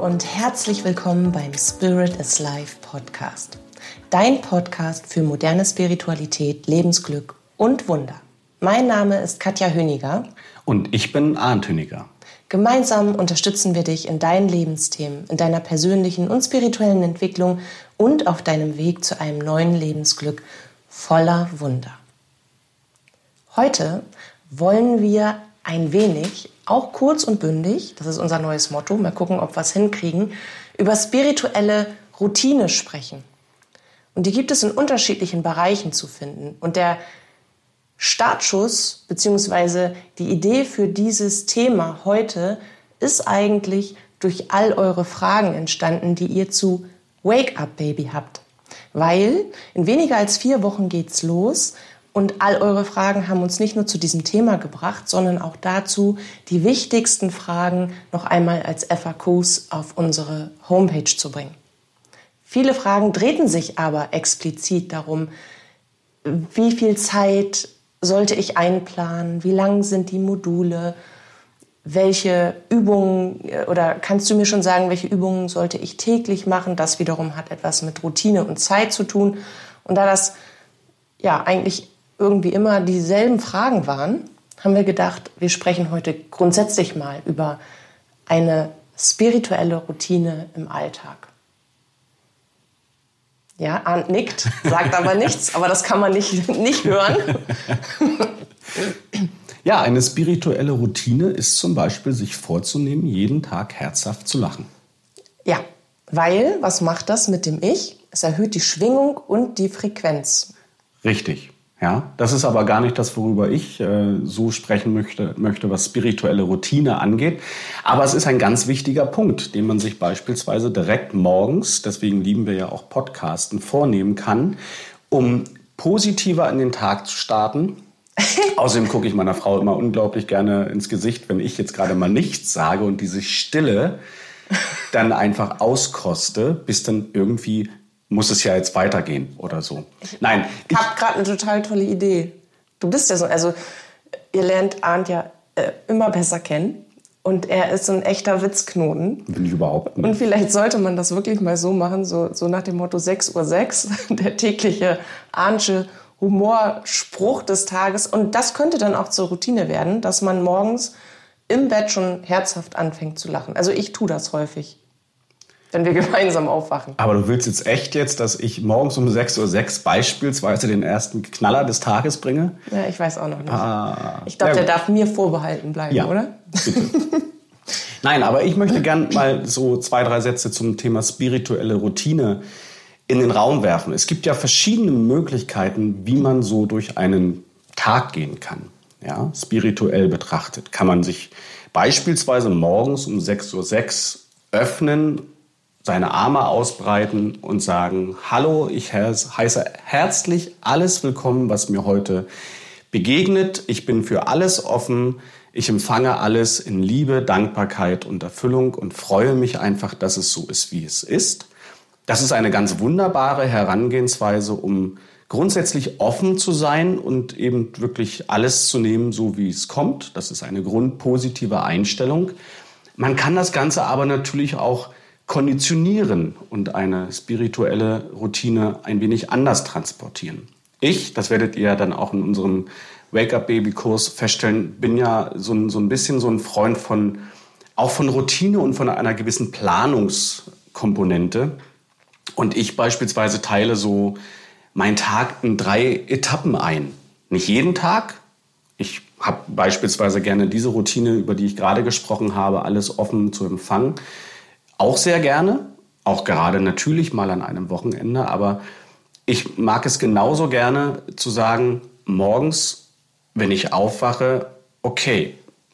und herzlich willkommen beim Spirit is Life Podcast. Dein Podcast für moderne Spiritualität, Lebensglück und Wunder. Mein Name ist Katja Höniger. Und ich bin Arndt Höniger. Gemeinsam unterstützen wir dich in deinen Lebensthemen, in deiner persönlichen und spirituellen Entwicklung und auf deinem Weg zu einem neuen Lebensglück voller Wunder. Heute wollen wir ein wenig, auch kurz und bündig, das ist unser neues Motto, mal gucken, ob wir es hinkriegen, über spirituelle Routine sprechen. Und die gibt es in unterschiedlichen Bereichen zu finden. Und der Startschuss bzw. die Idee für dieses Thema heute ist eigentlich durch all eure Fragen entstanden, die ihr zu Wake Up Baby habt. Weil in weniger als 4 Wochen geht's los. Und all eure Fragen haben uns nicht nur zu diesem Thema gebracht, sondern auch dazu, die wichtigsten Fragen noch einmal als FAQs auf unsere Homepage zu bringen. Viele Fragen drehten sich aber explizit darum, wie viel Zeit sollte ich einplanen, wie lang sind die Module, welche Übungen, oder kannst du mir schon sagen, welche Übungen sollte ich täglich machen? Das wiederum hat etwas mit Routine und Zeit zu tun. Und da das ja eigentlich irgendwie immer dieselben Fragen waren, haben wir gedacht, wir sprechen heute grundsätzlich mal über eine spirituelle Routine im Alltag. Ja, Arndt nickt, sagt aber nichts, aber das kann man nicht hören. Ja, eine spirituelle Routine ist zum Beispiel, sich vorzunehmen, jeden Tag herzhaft zu lachen. Ja, weil, was macht das mit dem Ich? Es erhöht die Schwingung und die Frequenz. Richtig. Ja, das ist aber gar nicht das, worüber ich so sprechen möchte, was spirituelle Routine angeht. Aber es ist ein ganz wichtiger Punkt, den man sich beispielsweise direkt morgens, deswegen lieben wir ja auch Podcasten, vornehmen kann, um positiver in den Tag zu starten. Außerdem gucke ich meiner Frau immer unglaublich gerne ins Gesicht, wenn ich jetzt gerade mal nichts sage und diese Stille dann einfach auskoste, bis dann irgendwie muss es ja jetzt weitergehen oder so. Nein. Ich habe gerade eine total tolle Idee. Du bist ja so, also ihr lernt Arndt ja immer besser kennen und er ist so ein echter Witzknoten. Bin ich überhaupt nicht. Und vielleicht sollte man das wirklich mal so machen, so nach dem Motto 6:06 Uhr, der tägliche Arndtsche Humorspruch des Tages. Und das könnte dann auch zur Routine werden, dass man morgens im Bett schon herzhaft anfängt zu lachen. Also ich tue das häufig, wenn wir gemeinsam aufwachen. Aber du willst jetzt, dass ich morgens um 6:06 Uhr beispielsweise den ersten Knaller des Tages bringe? Ja, ich weiß auch noch nicht. Ich glaube, der darf mir vorbehalten bleiben, ja, oder? Bitte. Nein, aber ich möchte gern mal so 2, 3 Sätze zum Thema spirituelle Routine in den Raum werfen. Es gibt ja verschiedene Möglichkeiten, wie man so durch einen Tag gehen kann. Ja, spirituell betrachtet kann man sich beispielsweise morgens um 6:06 Uhr öffnen, seine Arme ausbreiten und sagen: Hallo, ich heiße herzlich alles willkommen, was mir heute begegnet. Ich bin für alles offen. Ich empfange alles in Liebe, Dankbarkeit und Erfüllung und freue mich einfach, dass es so ist, wie es ist. Das ist eine ganz wunderbare Herangehensweise, um grundsätzlich offen zu sein und eben wirklich alles zu nehmen, so wie es kommt. Das ist eine grundpositive Einstellung. Man kann das Ganze aber natürlich auch konditionieren und eine spirituelle Routine ein wenig anders transportieren. Ich, das werdet ihr dann auch in unserem Wake-up-Baby-Kurs feststellen, bin ja so ein bisschen so ein Freund von Routine und von einer gewissen Planungskomponente. Und ich beispielsweise teile so meinen Tag in 3 Etappen ein. Nicht jeden Tag. Ich habe beispielsweise gerne diese Routine, über die ich gerade gesprochen habe, alles offen zu empfangen. Auch sehr gerne, auch gerade natürlich mal an einem Wochenende, aber ich mag es genauso gerne zu sagen, morgens, wenn ich aufwache, okay,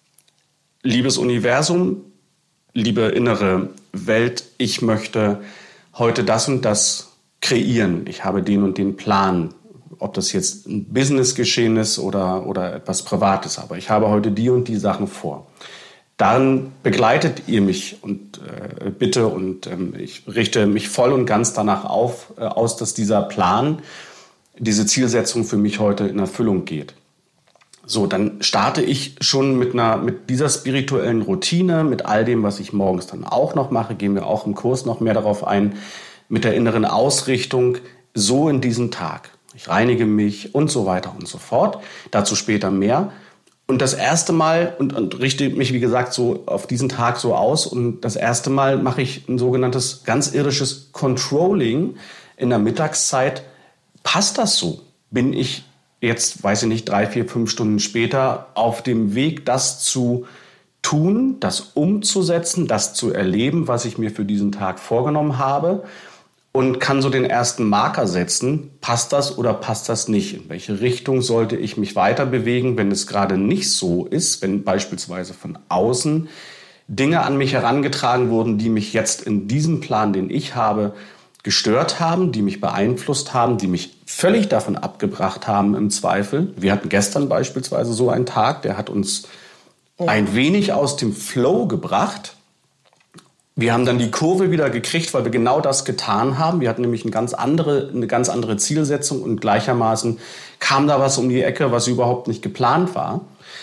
liebes Universum, liebe innere Welt, ich möchte heute das und das kreieren. Ich habe den und den Plan, ob das jetzt ein Business-Geschehen ist oder etwas Privates, aber ich habe heute die und die Sachen vor. Dann begleitet ihr mich und bitte und ich richte mich voll und ganz danach aus, dass dieser Plan, diese Zielsetzung für mich heute in Erfüllung geht. So, dann starte ich schon mit dieser spirituellen Routine, mit all dem, was ich morgens dann auch noch mache, gehen wir auch im Kurs noch mehr darauf ein, mit der inneren Ausrichtung so in diesen Tag. Ich reinige mich und so weiter und so fort. Dazu später mehr. Und das erste Mal, und richte mich, wie gesagt, so auf diesen Tag so aus. Und das erste Mal mache ich ein sogenanntes ganz irdisches Controlling in der Mittagszeit. Passt das so? Bin ich jetzt, weiß ich nicht, 3, 4, 5 Stunden später auf dem Weg, das zu tun, das umzusetzen, das zu erleben, was ich mir für diesen Tag vorgenommen habe? Und kann so den ersten Marker setzen, passt das oder passt das nicht? In welche Richtung sollte ich mich weiter bewegen, wenn es gerade nicht so ist, wenn beispielsweise von außen Dinge an mich herangetragen wurden, die mich jetzt in diesem Plan, den ich habe, gestört haben, die mich beeinflusst haben, die mich völlig davon abgebracht haben im Zweifel. Wir hatten gestern beispielsweise so einen Tag, der hat uns ein wenig aus dem Flow gebracht. Wir haben dann die Kurve wieder gekriegt, weil wir genau das getan haben. Wir hatten nämlich eine ganz andere Zielsetzung und gleichermaßen kam da was um die Ecke, was überhaupt nicht geplant war.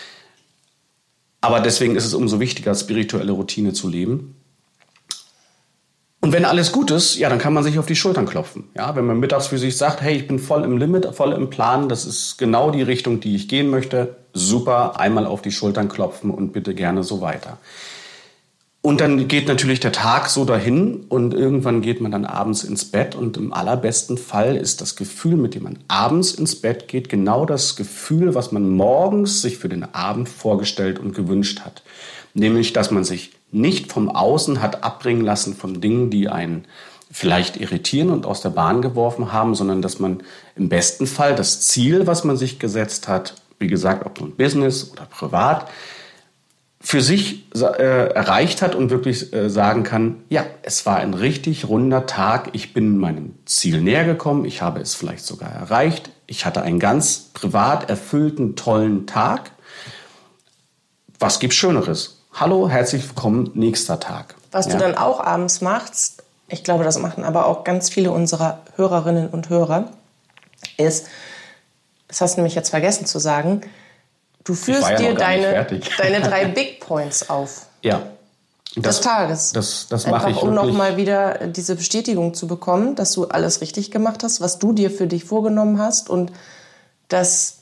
Aber deswegen ist es umso wichtiger, spirituelle Routine zu leben. Und wenn alles gut ist, ja, dann kann man sich auf die Schultern klopfen. Ja, wenn man mittags für sich sagt, hey, ich bin voll im Limit, voll im Plan, das ist genau die Richtung, die ich gehen möchte, super, einmal auf die Schultern klopfen und bitte gerne so weiter. Und dann geht natürlich der Tag so dahin und irgendwann geht man dann abends ins Bett und im allerbesten Fall ist das Gefühl, mit dem man abends ins Bett geht, genau das Gefühl, was man morgens sich für den Abend vorgestellt und gewünscht hat. Nämlich, dass man sich nicht vom Außen hat abbringen lassen von Dingen, die einen vielleicht irritieren und aus der Bahn geworfen haben, sondern dass man im besten Fall das Ziel, was man sich gesetzt hat, wie gesagt, ob nun Business oder privat, für sich erreicht hat und wirklich sagen kann, ja, es war ein richtig runder Tag, ich bin meinem Ziel näher gekommen, ich habe es vielleicht sogar erreicht, ich hatte einen ganz privat erfüllten, tollen Tag. Was gibt's Schöneres? Hallo, herzlich willkommen, nächster Tag. Was du dann auch abends machst, ich glaube, das machen aber auch ganz viele unserer Hörerinnen und Hörer, ist, das hast du nämlich jetzt vergessen zu sagen, du führst dir deine 3 Big Points auf. Ja. Des Tages. Das mache ich wirklich. Um nochmal wieder diese Bestätigung zu bekommen, dass du alles richtig gemacht hast, was du dir für dich vorgenommen hast und dass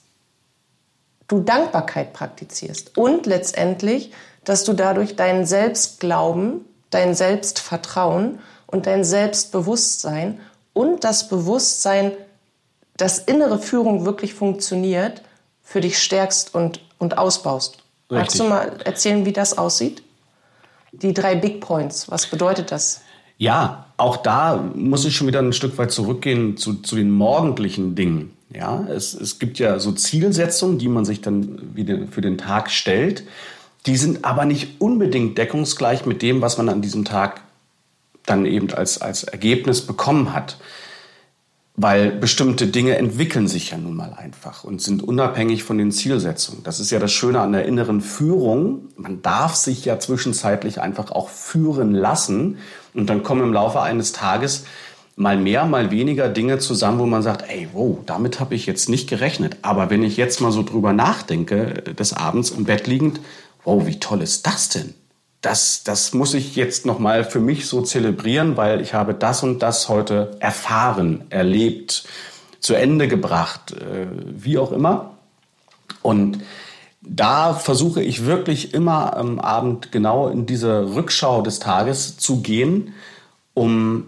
du Dankbarkeit praktizierst. Und letztendlich, dass du dadurch deinen Selbstglauben, dein Selbstvertrauen und dein Selbstbewusstsein und das Bewusstsein, dass innere Führung wirklich funktioniert, für dich stärkst und ausbaust. Richtig. Magst du mal erzählen, wie das aussieht? Die 3 Big Points, was bedeutet das? Ja, auch da muss ich schon wieder ein Stück weit zurückgehen zu den morgendlichen Dingen. Ja, es gibt ja so Zielsetzungen, die man sich dann wieder für den Tag stellt. Die sind aber nicht unbedingt deckungsgleich mit dem, was man an diesem Tag dann eben als Ergebnis bekommen hat. Weil bestimmte Dinge entwickeln sich ja nun mal einfach und sind unabhängig von den Zielsetzungen. Das ist ja das Schöne an der inneren Führung. Man darf sich ja zwischenzeitlich einfach auch führen lassen. Und dann kommen im Laufe eines Tages mal mehr, mal weniger Dinge zusammen, wo man sagt, ey, wow, damit habe ich jetzt nicht gerechnet. Aber wenn ich jetzt mal so drüber nachdenke, des Abends im Bett liegend, wow, wie toll ist das denn? Das muss ich jetzt noch mal für mich so zelebrieren, weil ich habe das und das heute erfahren, erlebt, zu Ende gebracht, wie auch immer. Und da versuche ich wirklich immer am Abend genau in diese Rückschau des Tages zu gehen, um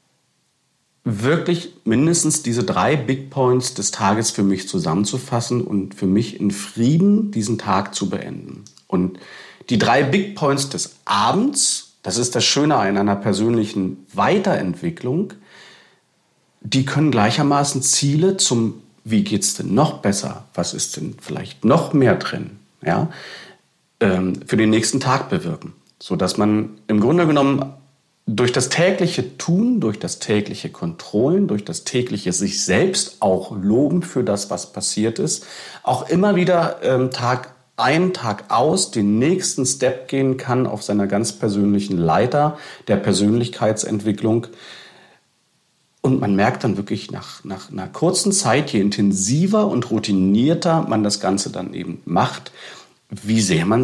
wirklich mindestens diese 3 Big Points des Tages für mich zusammenzufassen und für mich in Frieden diesen Tag zu beenden. Und die 3 Big Points des Abends, das ist das Schöne an einer persönlichen Weiterentwicklung, die können gleichermaßen Ziele zum, wie geht's denn noch besser, was ist denn vielleicht noch mehr drin, ja, für den nächsten Tag bewirken. Sodass man im Grunde genommen durch das tägliche Tun, durch das tägliche Kontrollen, durch das tägliche sich selbst auch loben für das, was passiert ist, auch immer wieder Tag ein, Tag aus den nächsten Step gehen kann auf seiner ganz persönlichen Leiter der Persönlichkeitsentwicklung Und man merkt dann wirklich nach einer kurzen Zeit, je intensiver und routinierter man das Ganze dann eben macht, wie sehr man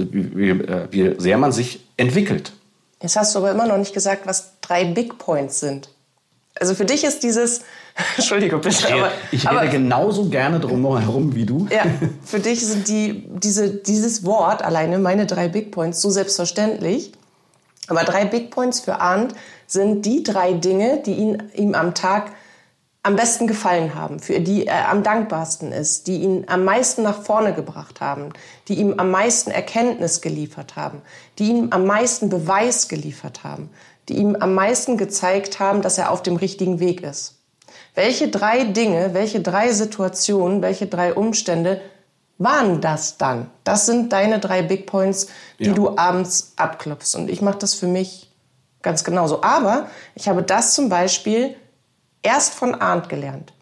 sich entwickelt. Jetzt hast du aber immer noch nicht gesagt, was 3 Big Points sind. Also für dich ist dieses, Entschuldigung bitte, ich rede genauso gerne drum herum wie du. Ja, für dich sind dieses Wort alleine, meine 3 Big Points, so selbstverständlich. Aber 3 Big Points für Arndt sind die 3 Dinge, die ihm am Tag am besten gefallen haben, für die er am dankbarsten ist, die ihn am meisten nach vorne gebracht haben, die ihm am meisten Erkenntnis geliefert haben, die ihm am meisten Beweis geliefert haben, die ihm am meisten gezeigt haben, dass er auf dem richtigen Weg ist. Welche 3 Dinge, welche 3 Situationen, welche 3 Umstände waren das dann? Das sind deine 3 Big Points, die du abends abklopfst. Und ich mache das für mich ganz genauso. Aber ich habe das zum Beispiel erst von Arndt gelernt.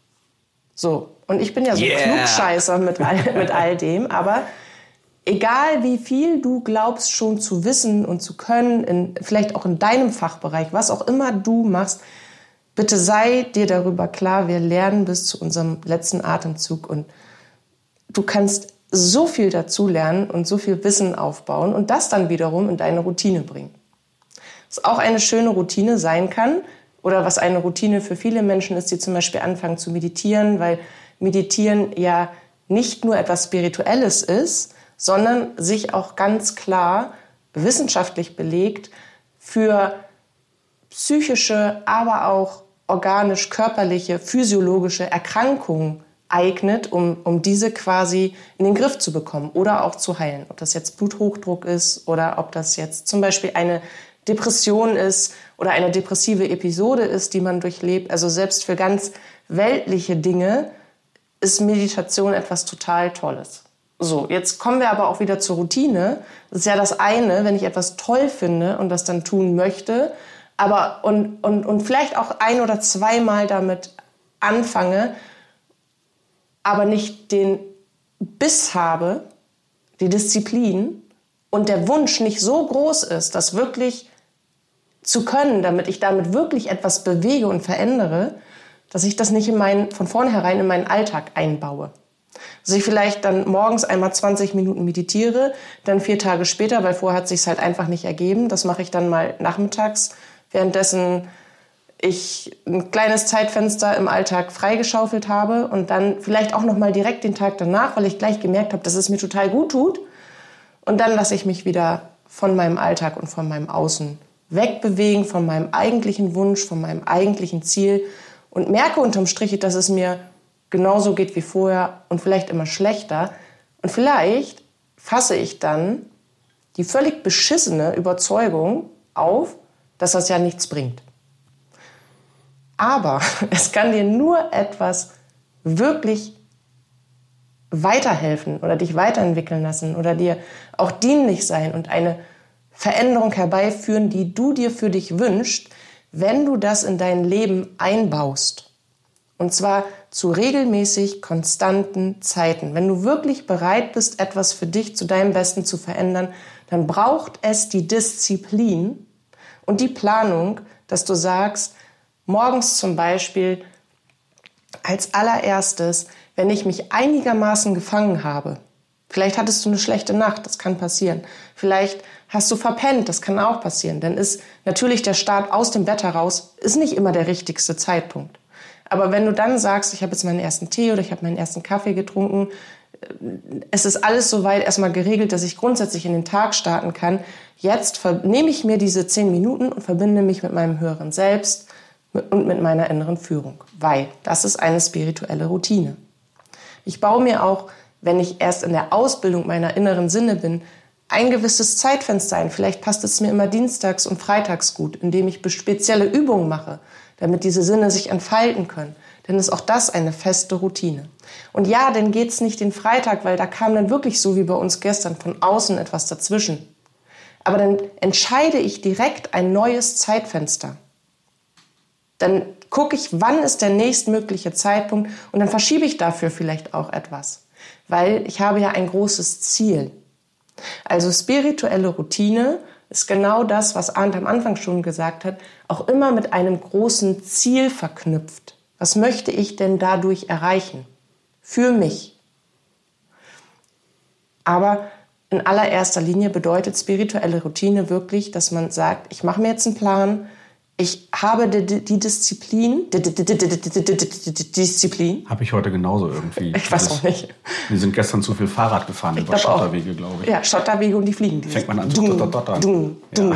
So, und ich bin ja so Klugscheißer mit all dem, aber egal wie viel du glaubst schon zu wissen und zu können, vielleicht auch in deinem Fachbereich, was auch immer du machst, bitte sei dir darüber klar, wir lernen bis zu unserem letzten Atemzug und du kannst so viel dazu lernen und so viel Wissen aufbauen und das dann wiederum in deine Routine bringen. Was auch eine schöne Routine sein kann, oder was eine Routine für viele Menschen ist, die zum Beispiel anfangen zu meditieren, weil Meditieren ja nicht nur etwas Spirituelles ist, sondern sich auch ganz klar wissenschaftlich belegt für psychische, aber auch organisch-körperliche, physiologische Erkrankungen eignet, um diese quasi in den Griff zu bekommen oder auch zu heilen. Ob das jetzt Bluthochdruck ist oder ob das jetzt zum Beispiel eine Depression ist oder eine depressive Episode ist, die man durchlebt. Also selbst für ganz weltliche Dinge ist Meditation etwas total Tolles. So, jetzt kommen wir aber auch wieder zur Routine. Das ist ja das eine, wenn ich etwas toll finde und das dann tun möchte, aber und vielleicht auch 1 oder 2 Mal damit anfange, aber nicht den Biss habe, die Disziplin und der Wunsch nicht so groß ist, das wirklich zu können, damit ich damit wirklich etwas bewege und verändere, dass ich das nicht von vornherein in meinen Alltag einbaue. Dass ich vielleicht dann morgens einmal 20 Minuten meditiere, dann 4 Tage später, weil vorher hat es sich halt einfach nicht ergeben. Das mache ich dann mal nachmittags, währenddessen ich ein kleines Zeitfenster im Alltag freigeschaufelt habe und dann vielleicht auch noch mal direkt den Tag danach, weil ich gleich gemerkt habe, dass es mir total gut tut. Und dann lasse ich mich wieder von meinem Alltag und von meinem Außen wegbewegen, von meinem eigentlichen Wunsch, von meinem eigentlichen Ziel und merke unterm Strich, dass es mir genauso geht wie vorher und vielleicht immer schlechter. Und vielleicht fasse ich dann die völlig beschissene Überzeugung auf, dass das ja nichts bringt. Aber es kann dir nur etwas wirklich weiterhelfen oder dich weiterentwickeln lassen oder dir auch dienlich sein und eine Veränderung herbeiführen, die du dir für dich wünschst, wenn du das in dein Leben einbaust. Und zwar zu regelmäßig konstanten Zeiten. Wenn du wirklich bereit bist, etwas für dich zu deinem Besten zu verändern, dann braucht es die Disziplin und die Planung, dass du sagst, morgens zum Beispiel als allererstes, wenn ich mich einigermaßen gefangen habe, vielleicht hattest du eine schlechte Nacht, das kann passieren. Vielleicht hast du verpennt, das kann auch passieren. Dann ist natürlich der Start aus dem Bett heraus ist nicht immer der richtigste Zeitpunkt. Aber wenn du dann sagst, ich habe jetzt meinen ersten Tee oder ich habe meinen ersten Kaffee getrunken, es ist alles soweit erstmal geregelt, dass ich grundsätzlich in den Tag starten kann. Jetzt nehme ich mir diese 10 Minuten und verbinde mich mit meinem höheren Selbst und mit meiner inneren Führung, weil das ist eine spirituelle Routine. Ich baue mir auch, wenn ich erst in der Ausbildung meiner inneren Sinne bin, ein gewisses Zeitfenster ein. Vielleicht passt es mir immer dienstags und freitags gut, indem ich spezielle Übungen mache, damit diese Sinne sich entfalten können. Dann ist auch das eine feste Routine. Und ja, dann geht's nicht den Freitag, weil da kam dann wirklich so wie bei uns gestern von außen etwas dazwischen. Aber dann entscheide ich direkt ein neues Zeitfenster. Dann gucke ich, wann ist der nächstmögliche Zeitpunkt und dann verschiebe ich dafür vielleicht auch etwas. Weil ich habe ja ein großes Ziel. Also spirituelle Routine ist genau das, was Arndt am Anfang schon gesagt hat, auch immer mit einem großen Ziel verknüpft. Was möchte ich denn dadurch erreichen? Für mich. Aber in allererster Linie bedeutet spirituelle Routine wirklich, dass man sagt, ich mache mir jetzt einen Plan, ich habe die Disziplin. Habe ich heute genauso irgendwie. Ich weiß auch nicht. Wir sind gestern zu viel Fahrrad gefahren über Schotterwege, glaube ich. Ja, Schotterwege und die fliegen. Fängt man an zu dottern.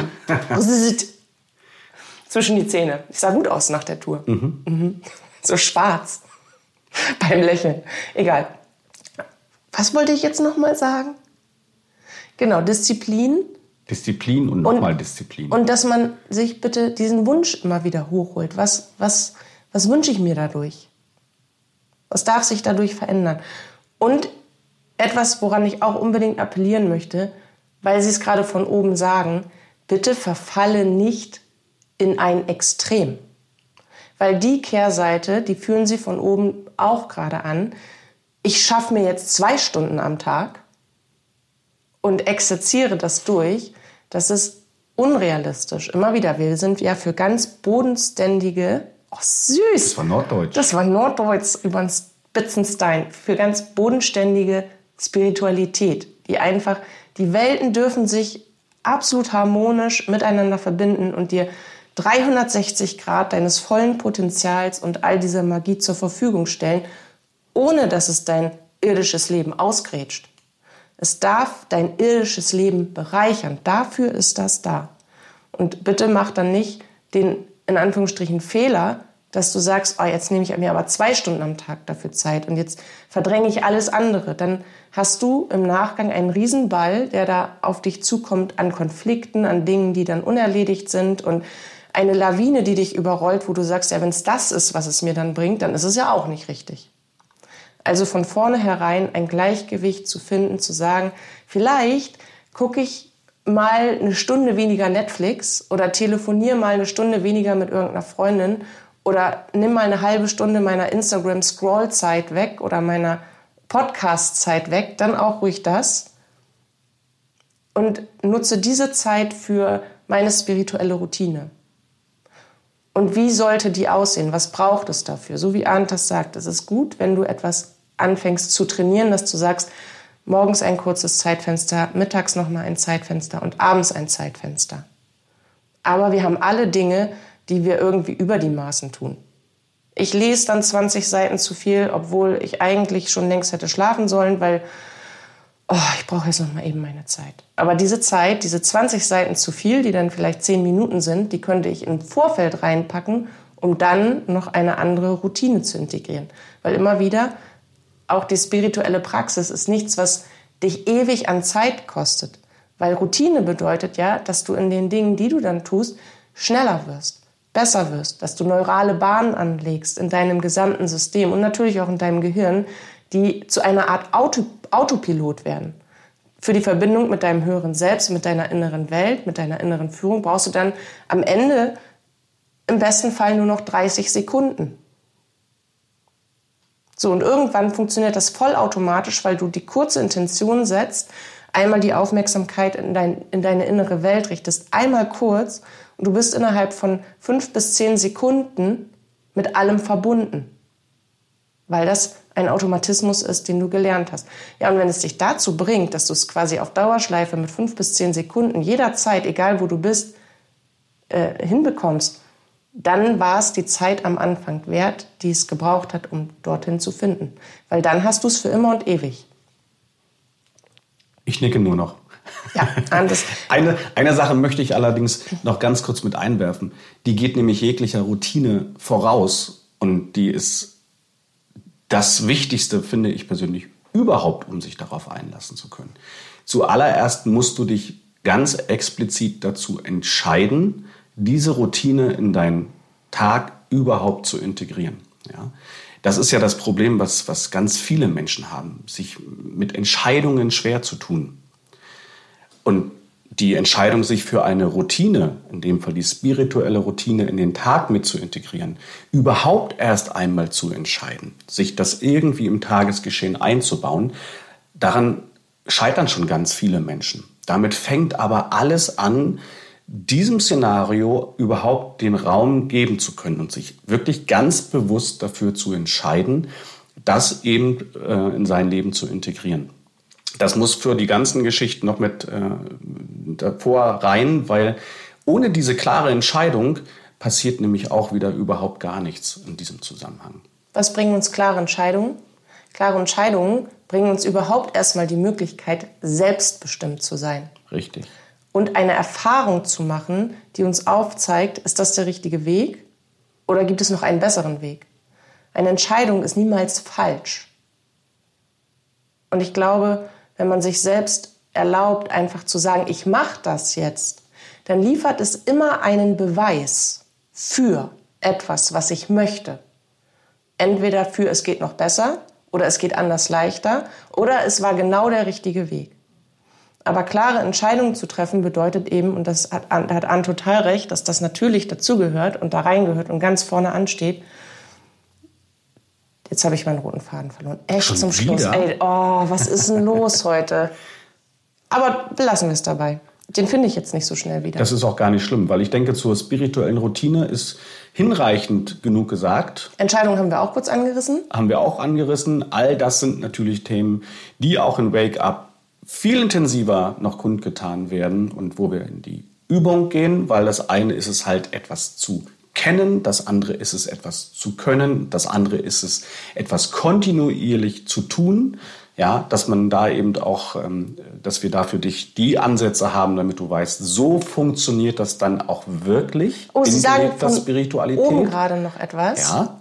Zwischen die Zähne. Ich sah gut aus nach der Tour. So schwarz. Beim Lächeln. Egal. Was wollte ich jetzt noch mal sagen? Genau, Disziplin. Disziplin und nochmal Disziplin. Und dass man sich bitte diesen Wunsch immer wieder hochholt. Was wünsche ich mir dadurch? Was darf sich dadurch verändern? Und etwas, woran ich auch unbedingt appellieren möchte, weil Sie es gerade von oben sagen, bitte verfalle nicht in ein Extrem. Weil die Kehrseite, die führen Sie von oben auch gerade an. Ich schaffe mir jetzt 2 Stunden am Tag und exerziere das durch, das ist unrealistisch. Immer wieder, wir sind ja für ganz bodenständige, süß. Das war Norddeutsch. Das war Norddeutsch über den Spitzenstein. Für ganz bodenständige Spiritualität, die einfach, die Welten dürfen sich absolut harmonisch miteinander verbinden und dir 360 Grad deines vollen Potenzials und all dieser Magie zur Verfügung stellen, ohne dass es dein irdisches Leben ausgrätscht. Es darf dein irdisches Leben bereichern. Dafür ist das da. Und bitte mach dann nicht den, in Anführungsstrichen, Fehler, dass du sagst, jetzt nehme ich mir aber 2 Stunden am Tag dafür Zeit und jetzt verdränge ich alles andere. Dann hast du im Nachgang einen Riesenball, der da auf dich zukommt an Konflikten, an Dingen, die dann unerledigt sind und eine Lawine, die dich überrollt, wo du sagst, ja, wenn es das ist, was es mir dann bringt, dann ist es ja auch nicht richtig. Also von vornherein ein Gleichgewicht zu finden, zu sagen, vielleicht gucke ich mal 1 Stunde weniger Netflix oder telefoniere mal 1 Stunde weniger mit irgendeiner Freundin oder nimm mal eine halbe Stunde meiner Instagram-Scroll-Zeit weg oder meiner Podcast-Zeit weg, dann auch ruhig das und nutze diese Zeit für meine spirituelle Routine. Und wie sollte die aussehen? Was braucht es dafür? So wie Arndt das sagt, es ist gut, wenn du etwas anfängst zu trainieren, dass du sagst, morgens ein kurzes Zeitfenster, mittags nochmal ein Zeitfenster und abends ein Zeitfenster. Aber wir haben alle Dinge, die wir irgendwie über die Maßen tun. Ich lese dann 20 Seiten zu viel, obwohl ich eigentlich schon längst hätte schlafen sollen, weil ich brauche jetzt noch mal eben meine Zeit. Aber diese Zeit, diese 20 Seiten zu viel, die dann vielleicht 10 Minuten sind, die könnte ich im Vorfeld reinpacken, um dann noch eine andere Routine zu integrieren. Weil immer wieder, auch die spirituelle Praxis ist nichts, was dich ewig an Zeit kostet. Weil Routine bedeutet ja, dass du in den Dingen, die du dann tust, schneller wirst, besser wirst, dass du neurale Bahnen anlegst in deinem gesamten System und natürlich auch in deinem Gehirn, die zu einer Art Autopilot werden. Für die Verbindung mit deinem höheren Selbst, mit deiner inneren Welt, mit deiner inneren Führung brauchst du dann am Ende im besten Fall nur noch 30 Sekunden. So, und irgendwann funktioniert das vollautomatisch, weil du die kurze Intention setzt, einmal die Aufmerksamkeit in deine innere Welt richtest, einmal kurz und du bist innerhalb von 5 bis 10 Sekunden mit allem verbunden. Weil das ein Automatismus ist, den du gelernt hast. Ja, und wenn es dich dazu bringt, dass du es quasi auf Dauerschleife mit 5 bis 10 Sekunden jederzeit, egal wo du bist, hinbekommst, dann war es die Zeit am Anfang wert, die es gebraucht hat, um dorthin zu finden. Weil dann hast du es für immer und ewig. Ich nicke nur noch. Ja, anders. Eine Sache möchte ich allerdings noch ganz kurz mit einwerfen. Die geht nämlich jeglicher Routine voraus und die ist das Wichtigste, finde ich persönlich, überhaupt, um sich darauf einlassen zu können. Zuallererst musst du dich ganz explizit dazu entscheiden, diese Routine in deinen Tag überhaupt zu integrieren. Ja? Das ist ja das Problem, was ganz viele Menschen haben, sich mit Entscheidungen schwer zu tun. Und die Entscheidung, sich für eine Routine, in dem Fall die spirituelle Routine, in den Tag mit zu integrieren, überhaupt erst einmal zu entscheiden, sich das irgendwie im Tagesgeschehen einzubauen, daran scheitern schon ganz viele Menschen. Damit fängt aber alles an, diesem Szenario überhaupt den Raum geben zu können und sich wirklich ganz bewusst dafür zu entscheiden, das eben in sein Leben zu integrieren. Das muss für die ganzen Geschichten noch mit davor rein, weil ohne diese klare Entscheidung passiert nämlich auch wieder überhaupt gar nichts in diesem Zusammenhang. Was bringen uns klare Entscheidungen? Klare Entscheidungen bringen uns überhaupt erstmal die Möglichkeit, selbstbestimmt zu sein. Richtig. Und eine Erfahrung zu machen, die uns aufzeigt, ist das der richtige Weg oder gibt es noch einen besseren Weg? Eine Entscheidung ist niemals falsch. Und ich glaube, wenn man sich selbst erlaubt, einfach zu sagen, ich mache das jetzt, dann liefert es immer einen Beweis für etwas, was ich möchte. Entweder für es geht noch besser oder es geht anders leichter oder es war genau der richtige Weg. Aber klare Entscheidungen zu treffen bedeutet eben, und das hat Ann total recht, dass das natürlich dazugehört und da reingehört und ganz vorne ansteht. Jetzt habe ich meinen roten Faden verloren. Echt Schon zum Schluss. wieder? Ey, oh, was ist denn los heute? Aber belassen wir es dabei. Den finde ich jetzt nicht so schnell wieder. Das ist auch gar nicht schlimm, weil ich denke, zur spirituellen Routine ist hinreichend genug gesagt. Entscheidungen haben wir auch kurz angerissen. Haben wir auch angerissen. All das sind natürlich Themen, die auch in Wake Up viel intensiver noch kundgetan werden und wo wir in die Übung gehen, weil das eine ist es halt etwas zu kennen, das andere ist es etwas zu können, das andere ist es etwas kontinuierlich zu tun, ja, dass man da eben auch, dass wir da für dich die Ansätze haben, damit du weißt, so funktioniert das dann auch wirklich. Oh, Sie sagen der von Spiritualität. oben gerade noch etwas. Ja.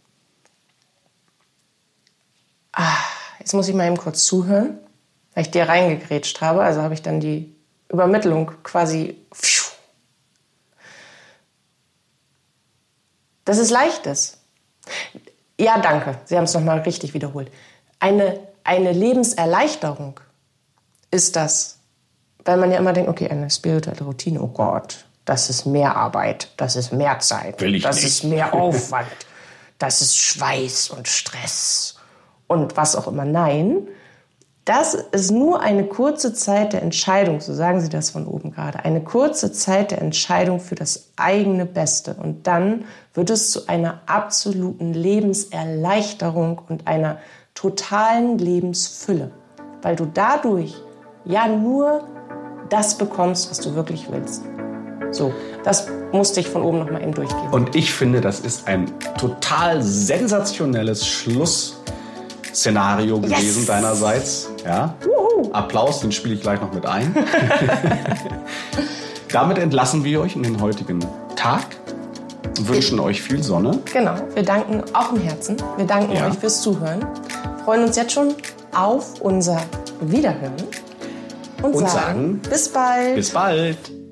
Jetzt muss ich mal eben kurz zuhören, weil ich dir reingegrätscht habe. Also habe ich dann die Übermittlung quasi. Das ist Leichtes. Ja, danke. Sie haben es nochmal richtig wiederholt. Eine Lebenserleichterung ist das, weil man ja immer denkt, okay, eine spirituelle Routine, oh Gott, das ist mehr Arbeit, das ist mehr Zeit, das ist mehr Aufwand, das ist Schweiß und Stress und was auch immer. Nein, das ist nur eine kurze Zeit der Entscheidung, so sagen Sie das von oben gerade, eine kurze Zeit der Entscheidung für das eigene Beste. Und dann wird es zu einer absoluten Lebenserleichterung und einer totalen Lebensfülle, weil du dadurch ja nur das bekommst, was du wirklich willst. So, das musste ich von oben noch mal eben durchgehen. Und ich finde, das ist ein total sensationelles Schlussszenario gewesen deinerseits. Ja? Applaus, den spiele ich gleich noch mit ein. Damit entlassen wir euch in den heutigen Tag. Wünschen euch viel Sonne. Genau, wir danken auch im Herzen. Wir danken euch fürs Zuhören. Freuen uns jetzt schon auf unser Wiederhören und sagen bis bald. Bis bald.